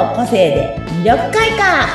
の個性で魅力開花。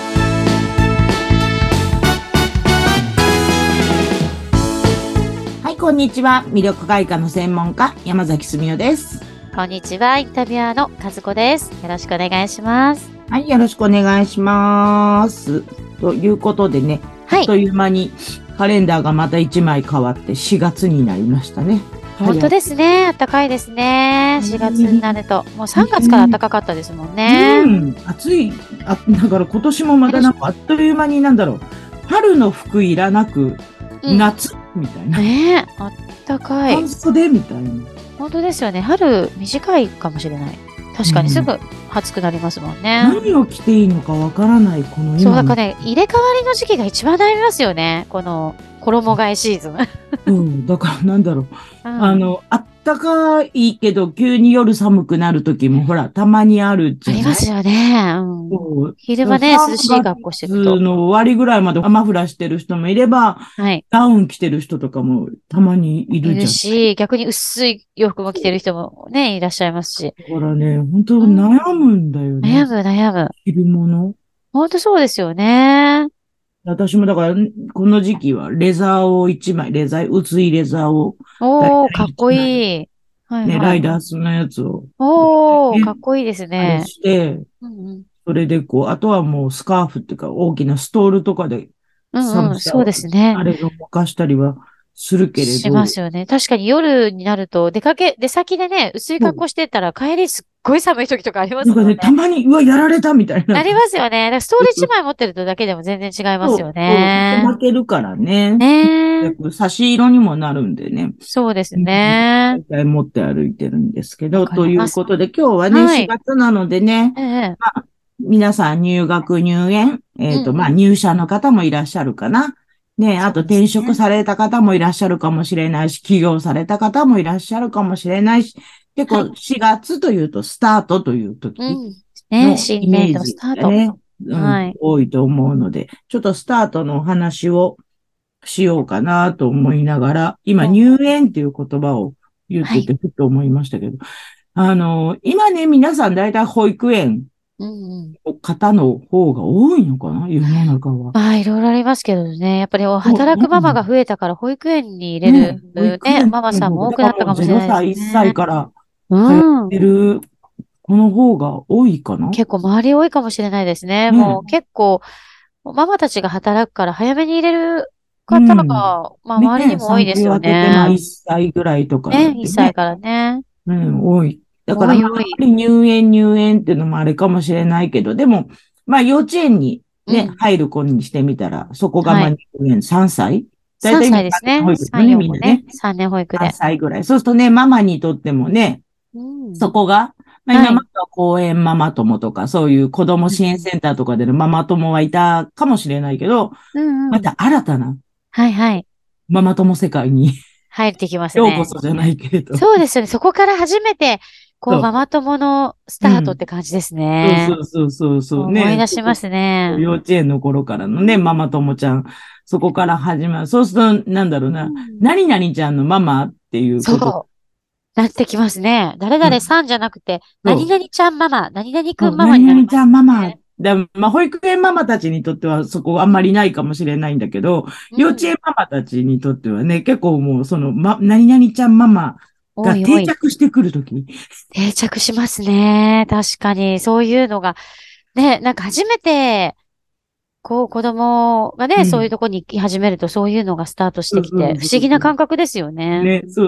はい、こんにちは。魅力開花の専門家、山崎すみおです。 こんにちは。インタビュアーの和子です。よろしくお願いします。 はい、よろしくお願いします。ということでね、あっという間にカレンダーがまた1枚変わって4月になりましたね。 本当ですね。暖かいですね。4月になると。もう3月から暖かかったですもんね。 暑い。だから今年もまたなんかあっという間に春の服いらなく、夏みたいな。 ねえ、暖かい。 半袖みたいな。 本当ですよね。春短いかもしれない。確かにすぐ暑くなりますもんね。 何を着ていいのかわからない、この今の。 そう、だからね、入れ替わりの時期が一番悩みますよね。この衣替えシーズン。 だからあったかいけど、急に夜寒くなる時も、ほら、たまにあるじゃない？ ありますよね。昼間ね、涼しい格好してると。 3月の終わりぐらいまでマフラーしてる人もいれば、ダウン着てる人とかもたまにいるじゃん。 いるし、逆に薄い洋服も着てる人もね、いらっしゃいますし。 だからね、本当悩むんだよね。 悩む。 着るもの。 本当そうですよね。 私もだから、この時期はレザーを1枚、薄いレザーを。 かっこいい。 ライダースのやつを。 かっこいいですね。 あれして、それであとはもうスカーフっていうか大きなストールとかで寒さを、 そうですね。 あれをぼかしたりはするけれど。 しますよね。確かに夜になると出先でね、薄い格好してたら帰りすっごい寒い時とかありますもんね。 たまに、やられたみたいな。 ありますよね。ストール1枚持ってるとだけでも全然違いますよね。 負けるからね。差し色にもなるんでね。 そうですね。 大体持って歩いてるんですけど、ということで今日はね、4月なのでね、皆さん入学入園、入社の方もいらっしゃるかな。ね、あと転職された方もいらっしゃるかもしれないし、起業された方もいらっしゃるかもしれないし、結構4月というとスタートという時のイメージがね、多いと思うので、ちょっとスタートのお話をしようかなと思いながら、今入園っていう言葉を言っててふと思いましたけど、今ね、皆さん大体保育園の方の方が多いのかな、世の中は。 いろいろありますけどね。やっぱり働くママが増えたから保育園に入れるママさんも多くなったかもしれないですね。 0歳、1歳から通ってるこの方が多いかな。 結構周り多いかもしれないですね。もう結構、ママたちが働くから早めに入れる方が、周りにも多いですよね。 1歳ぐらいとかね。 1歳からね。 多い。だから、入園っていうのもあれかもしれないけど、でも、幼稚園にね、入る子にしてみたら、そこが入園3歳？ 3歳ですね。3、4もね。3年保育で。 3歳ぐらい。そうするとね、ママにとってもね、そこが、今までは公園ママ友とか、そういう子供支援センターとかでのママ友はいたかもしれないけど、また新たな、ママ友世界に入ってきますね。 ようこそじゃないけれど。 そうですよね。そこから初めて、ママ友のスタートって感じですね。 そう。 思い出しますね。 幼稚園の頃からのね、ママ友ちゃん、そこから始まる。そうすると、何々ちゃんのママっていうこと。 そう。なってきますね。誰々さんじゃなくて、何々ちゃんママ、何々くんママになります、ね。 何々ちゃんママ。保育園ママたちにとってはそこあんまりないかもしれないんだけど、幼稚園ママたちにとってはね、結構もう何々ちゃんママが定着してくるとき。 定着しますね。確かに。そういうのが、ね、なんか初めて、子供がね、そういうとこに行き始めると、そういうのがスタートしてきて、不思議な感覚ですよね。 ね、そう。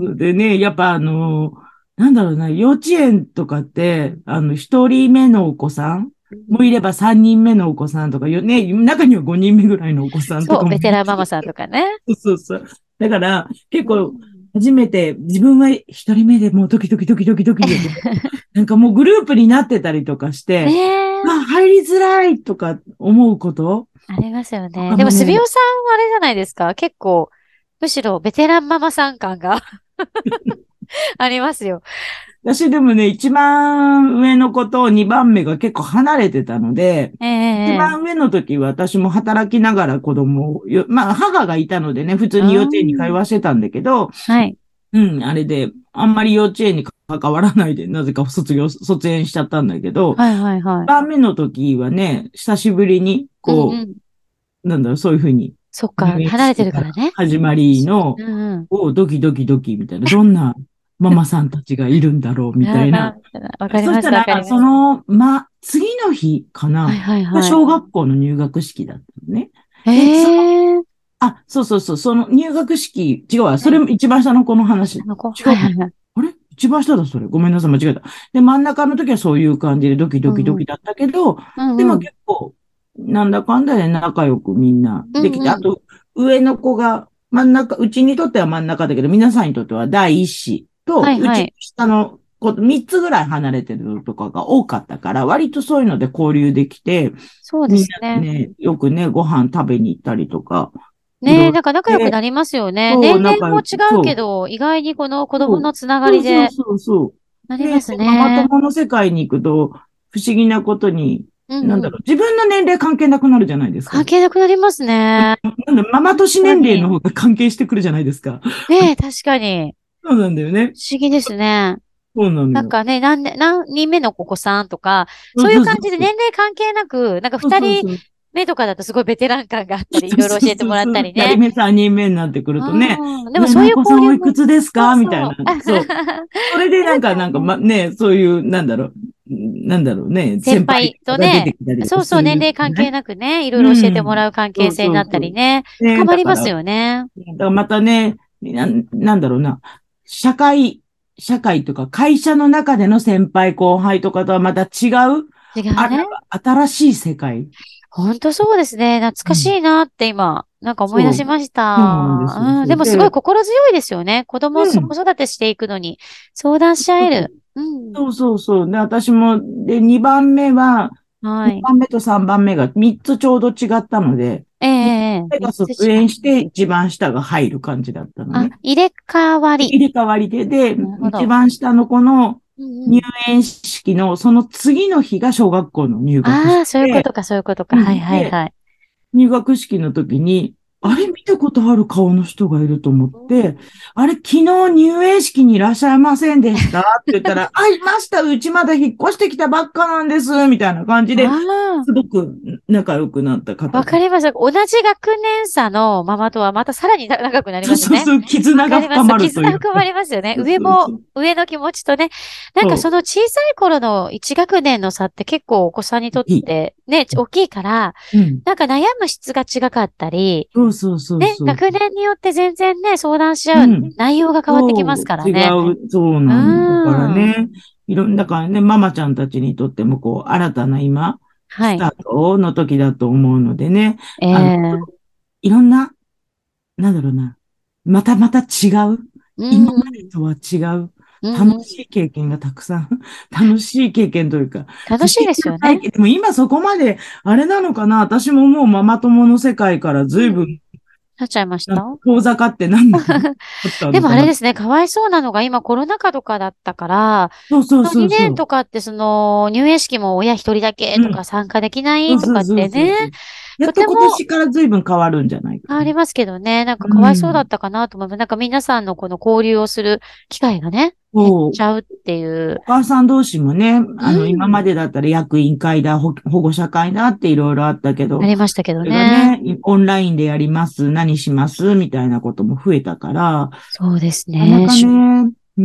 でね、やっぱ幼稚園とかって、一人目のお子さんもいれば三人目のお子さんとか、ね、中には5人目ぐらいのお子さんとかも。 そう、ベテランママさんとかね。 そう。だから、結構、初めて自分は一人目でもうドキドキで、なんかもうグループになってたりとかして、入りづらいとか思うことありますよね。でも、すびおさんはあれじゃないですか。結構、むしろベテランママさん感がありますよ。 私でもね、一番上の子と二番目が結構離れてたので、一番上の時は私も働きながら子供を、母がいたのでね、普通に幼稚園に通わせたんだけど、あれで、あんまり幼稚園に通関わらないで、なぜか卒園しちゃったんだけど、 はいはいはい。 番目の時はね、久しぶりに、 うんうん。 なんだろう、そういうふうに、 そっか、 入園離れて式からるからね。 始まりの、 うんうん。 ドキドキドキみたいな、どんなママさんたちがいるんだろうみたいな。 わかります、 そしたら、 わかります。 次の日かはいな、 はいはい。 が小学校の入学式だったのね。 えで、 えー。 そうそうそう、その入学式、違うわ、それはい。 も一番下の子の話。違下の子はう。 いはいはい。 あれ一番下だ、それ。ごめんなさい、間違えた。で、真ん中の時はそういう感じでドキドキうんうん。 ドキだったけど、でもうんうん。 結構、なんだかんだで仲良くみんなできて、 うんうん。 あと、上の子が真ん中、うちにとっては真ん中だけど、皆さんにとっては第一子と、うちのはいはい。 下の子、三つぐらい離れてるとかが多かったから、割とそういうので交流できて、 そうでみんすね。 なでね、よくね、ご飯食べに行ったりとか、いねえ、 ろいろなんか仲良くなね、 りますよね。 そう、 年齢も違仲良く、 うそう、 けど、意外にこの子供そう、 のつながそうそうりでそうそう。で、 なりますママね。 友の世界に行くと、不思議なことに、 うんうん。 なんだろう、自分の年齢関係なくなるじゃないですか。 関係なくなりますね。 なんだ、ママ年年齢の確かに。 方が関係してくるじゃないですか。 ねえ、確かに。 そうなんだよね。 不思議ですね。 そうなのよ。 なんかね、何人目のお子さんとか、 そうそうそそういう感じでう。 年齢関係なく、なんかそう二人そうそう。 目とかだとすごいベテラン感があったり、いそうそうろいろ教えてもらっそうそう。 たりね。 二人目、三人目になってくるとね、 うん。でもそういう上のお子さ交流も、 んおいくつですそうかみたいな。 そう。 そう。それでなんかま、ね、そういう、なんだろうね、 先先輩輩とが出てね、 きたりとそうそう、 かする年齢関係じゃない？ なくね、いろいろ教えてもうん。 らう関係そう性になっそうそう。 たりね、深ね、 まりますだから、 よね。 またね、なんだろうな、社会、社会とか会社の中での先輩後輩とかとはまた違う、なん違うね。 か新しい世界。 ほんとそうですね。懐かしうん。 いなって今、なんか思い出そう。 しましそうなんですよ。 た。うん。でもすごいそれで、 心強いですよね。子供を子うん。 育てしていくのに相談し合える。うん。 そうそうそう。で、私も、で、2番目は、 はい。 2番目と3番目が3つちょうど違ったので、 ええ、え 2 え、 番目が三つ卒違う。 園して一番下が入る感じだったのあ、 ね。 入れ替わり。 入れ替わりで、一なるほど。 番下の子の入うんうん。 園式のその次の日が小学校の入学ああ、 式で、 そういうことか、そういうことか。はいはいで、 はい。 入学式の時に、あれうん見たことある顔の人がいると思っうん。 て、あれ昨日入園式にいらっしゃいませんでしたって言ったら、いました、うちまだ引っ越してきたばっかなんです、みたいな感じで、 あすごく仲良くなったあ、 方と。 わかります。同じ学年差のママとはまたさらに長くなりますね。 そうそうそう、絆がわかります。 深まると絆いうか。 含まれますよね。 そう上も、 そうそう。 上の気持ちとね。なんかそその小さい頃の一学年の差って結構お子さんにとっう。いい。 てね、大きいから、 うん。 なんか悩む質が違かったり、 そうそうそうね、 そう。 学年によって全然ね、相談し合ううん。 内容が変わってきますそう、違からね。 う、そううーなの。だからん。 ね、だからね、ママちゃんたちにとっても、新たな今、 はい。 スタートの時だと思うのでね、 えあの、 え。 いろんな、なんだろうな、また違う、今うんうん。 までとは違う、 うんうん。 楽しい経験がたくさん、楽しい経験というか、不思楽しいですよね。 議な体験。でも今そこまで、あれなのかな、私ももうママ友の世界からうん。 随分、 なっちゃいました。 遠ざかってなんだろう、あったでのかな。 もあれですね、かわいそうなのが今コロナ禍とかだったから、 そうそうその2 そうそう。 年とかってその入園式も親一人だけとかうん。 参加できないとかっそうそうそうてね、 そうそう。やっとてもと今年から随分変わるんじゃないかな。 ありますけどね、なんかうかわいそうだっん。 たかなと思います。なんか皆さんのこの交流をする機会がね、減っそう。 ちゃうっていう。 お母さん同士もね、 う今まん。 でだったら役員会だ、保護者会だっていろいろあったけど、 ありましたけそどね。 れがね、オンラインでやります、何しますみたいなことも増えたから、 そうですね。 なかなかね、うん、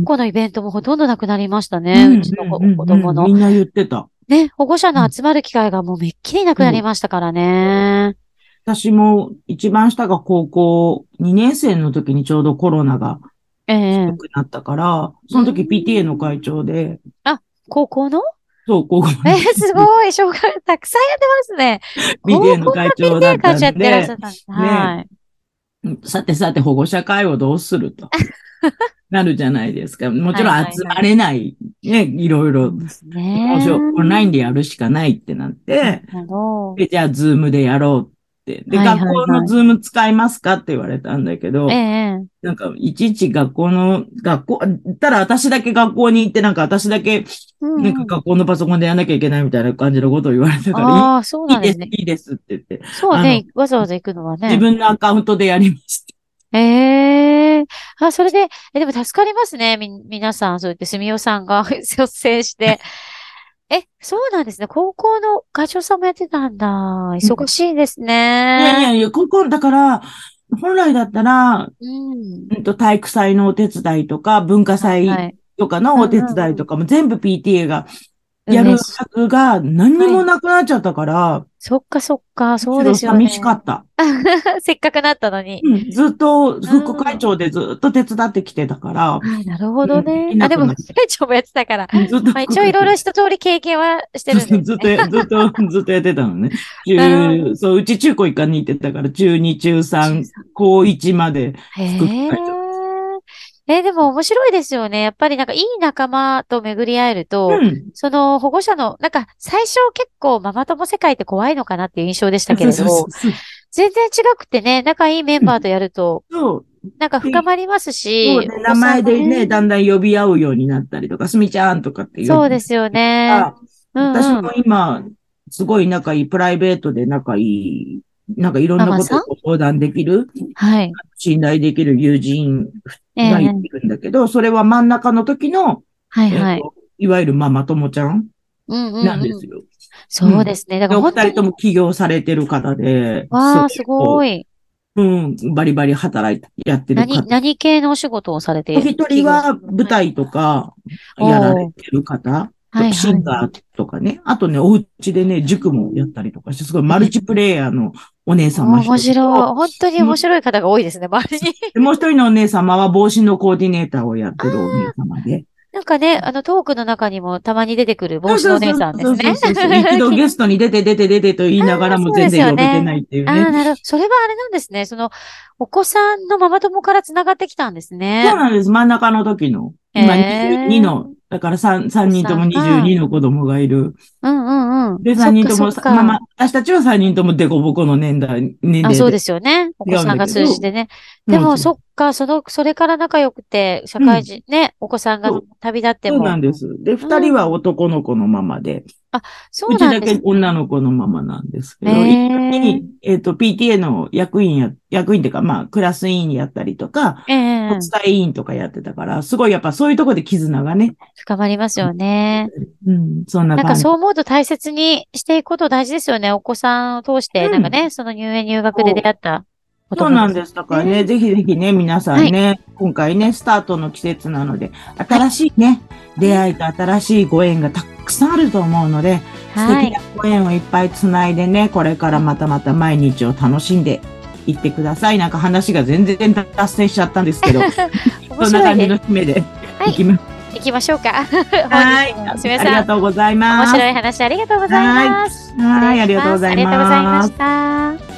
小学校のイベントもほとんどなくなりましたね。ううん、 ちのうん、うん、うん、 子供の。 みんな言ってた。 ね、保護者うん、 の集まる機会がもうめっきりなくなりそうましたからね。 私も一番下が高校2年生の時にちょうどコロナがええ。 ひどくなったから、 うーその時 PTA のん。 会長で、 あ、高校のそう、高校のす PTA ごい、たくさんやってますね。高校 PTA のの会長だっ PTA 会た社やってらっしんで、 ゃったんです。 ね、 はい。 さてさて保護者会をどうするとなるじゃないですか。もちはいろんはいはい。 集まれない、ね、いろいろ、 そうですね。 オンラインでやるしかないってなって、 なるほど。 で、じゃあ、ズームでやろうって。で、 はい学はいはい。 校のズーム使いますかって言われたんだけえど、 え、ええ。 なんか、いちいち学校、たら私だけ学校に行って、なんか私だけ、なんかうんうん。 学校のパソコンでやんなきゃいけないみたいな感じのことを言われたから、 ああ、そういいです、 なんですね。 いいですって言って、 そうね、わざわざ行くのはね。 自分のアカウントでやりました。 ええあ、それで、でも助かりますね。皆さん、そうやってすみおさんが率先して。そうなんですね。高校の課長さんもやってたんだ。忙しいですいやいやね。 いや、だから、本来だったら、 うん。 体育祭のお手伝いとか、文化祭はいはい。 とかのうお手んうんうん。 伝いとかも全部 PTA がやるは運営し。 ずが何にはい。 もなくなっちゃったから、 そっかそっか、 むしそうですよろ寂しかね。 った。 せっかくなったのに。 うん、ずっとう副会ん。 長でずっと手伝ってきてたから、 なるほうん、でどね。あ、でも、 きなくなっ副会長もやってたから。 ずっとまあ、一応いろいろ副会長。 一通り経験はしてるんですね。 ずっとやってたのね。 なるほど。 そう、うち中高一貫に行ってたから、中2、中3、 中さん。 高1まで副へ会長。 え。でも面白いですよね。やっぱりなんかいい仲間と巡り合えると、 うん。 その保護者の、なんか最初結構ママ友世界って怖いのかなっていう印象でしたけそうそうそれど、 うそう。 全然違くてね、仲いいメンうん。 バーとやると、 そう。 なんか深で、 まりますし、 そうね、名お子さん前でね、 もね、 だんだん呼び合うようになったりとか、すみちゃんとかって呼ぶそうですよね。 あ、私もうんうん。 今、すごい仲いい、プライベートで仲いい、なんかいろんなことをママさんご相談できる、 はい。 信頼できる友人がいええるんだけど、それは真ん中の時の、 はいはい。 いわゆるママ友ちゃんうんうんうん。 なんですよ。うん。 そうですね。だかで、 らお本当に、 二人とも起業されてる方で、すごいわあ、すごこい。 う、うん、バリバリ働いて、やってる方。 何系のお仕事をされて、 お一人企業。 は舞はい。 台とかやられおー。 てる方、 はいはい。 シンガーとかね。あとね、お家でね、塾もやったりとかして、すごいマルチプえーレイヤーのお姉様面一人と、 白い。本当にもう面白い方が多いですね、周りに。 もう一人のお姉様は帽子のコーディネーターをやっあてるお姉あ、 様で。 なんかね、トークの中にもたまに出てくる帽子のお姉そうそうそうさんですね。 そうそうそう。一度ゲストに出てと言いながらもそうです全然呼べてよね。 ないっていうね。 ああ、なるほど。それはあれなんですね。その、お子さんのママ友から繋がってきたんですね。 そうなんです。真ん中の時の。 へ今22の、 え。 だから3人ともお子さんが、 22の子供がいる。 うんうんうん。 で、3 そっかそっ人ともか。 私たちは3人ともデコボコの年あ、そうで齢ですよね。お違うん子さんがだけど、 通じてね。でも、 うん、 そっか、それから仲良くて、社うん、 会人、ね、お子さんがそう、 旅立ってそうなも。 んです。で、2人はうん。 男の子のままで、 あ、そううちなんですだけ女ね。 の子のままなんですけへど、一緒に、 え。 PTA の役員っていうか、まあ、クラス委員やったりとか、 ええ。 国際委員とかやってたから、すごいやっぱそういうところで絆がね、 深まりますよね。 うん、そんななんか感じ。 そう思うと大切にしていくこと大事ですよね。お子さんを通して、 うん、 なんかね、その入園入学で出そう会ったお友達そうなんです。だからね。 ね、ぜひぜひね、皆さはい。 んね、今回ね、スタートの季節なので、 はい。 新しいね、出うん。 会いと新しいご縁がたくさんあると思うので、素はい。 敵なご縁をいっぱいつないでね、これからうんまたまた毎日を楽しんでいってください。なんか話が全然脱線しちゃったんですけど、 面そんな感じ白いです。 の締めではい。 いきます。 行きましょうか。本日はい。 も、すみまありがせん。 とうござい面ます。 白い話ありがとうございはい。 ます。失はい。 礼ありがとうごします。ありがとうございまざいます。 した。